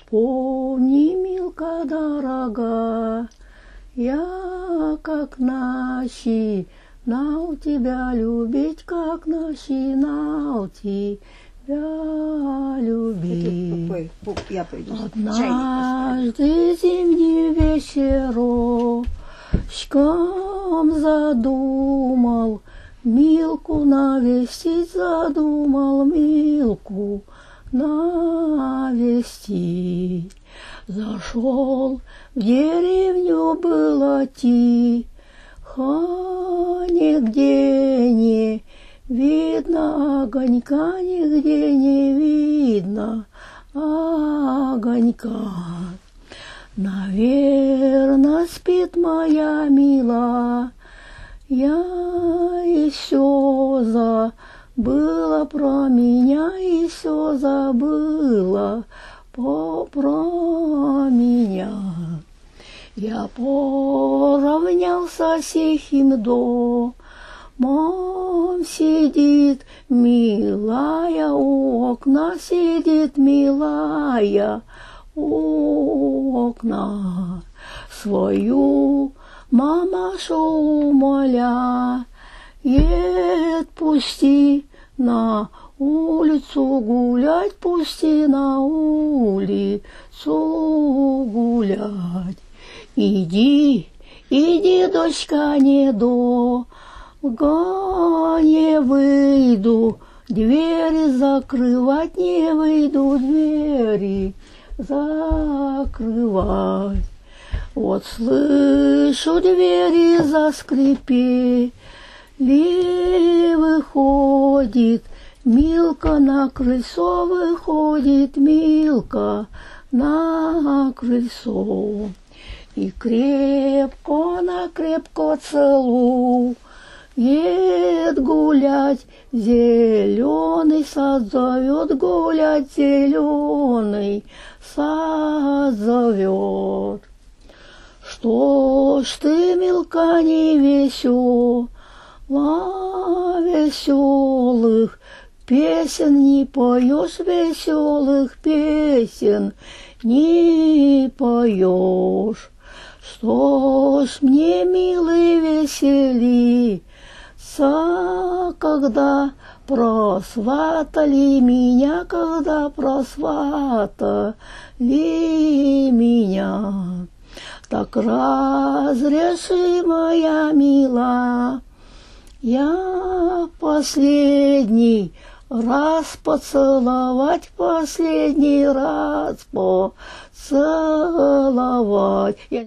Помни, милка дорога, я как начинал тебя любить, как начинал тебя любить. Я пойду. Однажды зимним вечером задумал Милку навестить, задумал Милку навестить. Зашел в деревню, было тихо, нигде не видно огонька, нигде не видно огонька. Наверно, спит моя мила, я и все забыла про меня, и все забыла про меня. Я поравнялся с тихим домом, сидит милая у окна, сидит милая у окна. Свою мамашу умоляет, пусти на улицу гулять, пусти на улицу гулять. Иди, дочка, недолго не выйду, двери закрывать, не выйду, двери закрывать. Вот слышу, двери заскрипели, выходит Милка на крыльцо, выходит Милка на крыльцо. И крепко целует гулять, зеленый сад зовет, гулять, зеленый сад зовет. Что ж ты, Милка, не весела, веселых песен не поешь, веселых песен не поешь? Что ж мне, милый, веселиться, когда просватали меня, когда просватали меня? Так разреши, моя мила, я последний раз поцеловать, последний раз поцеловать.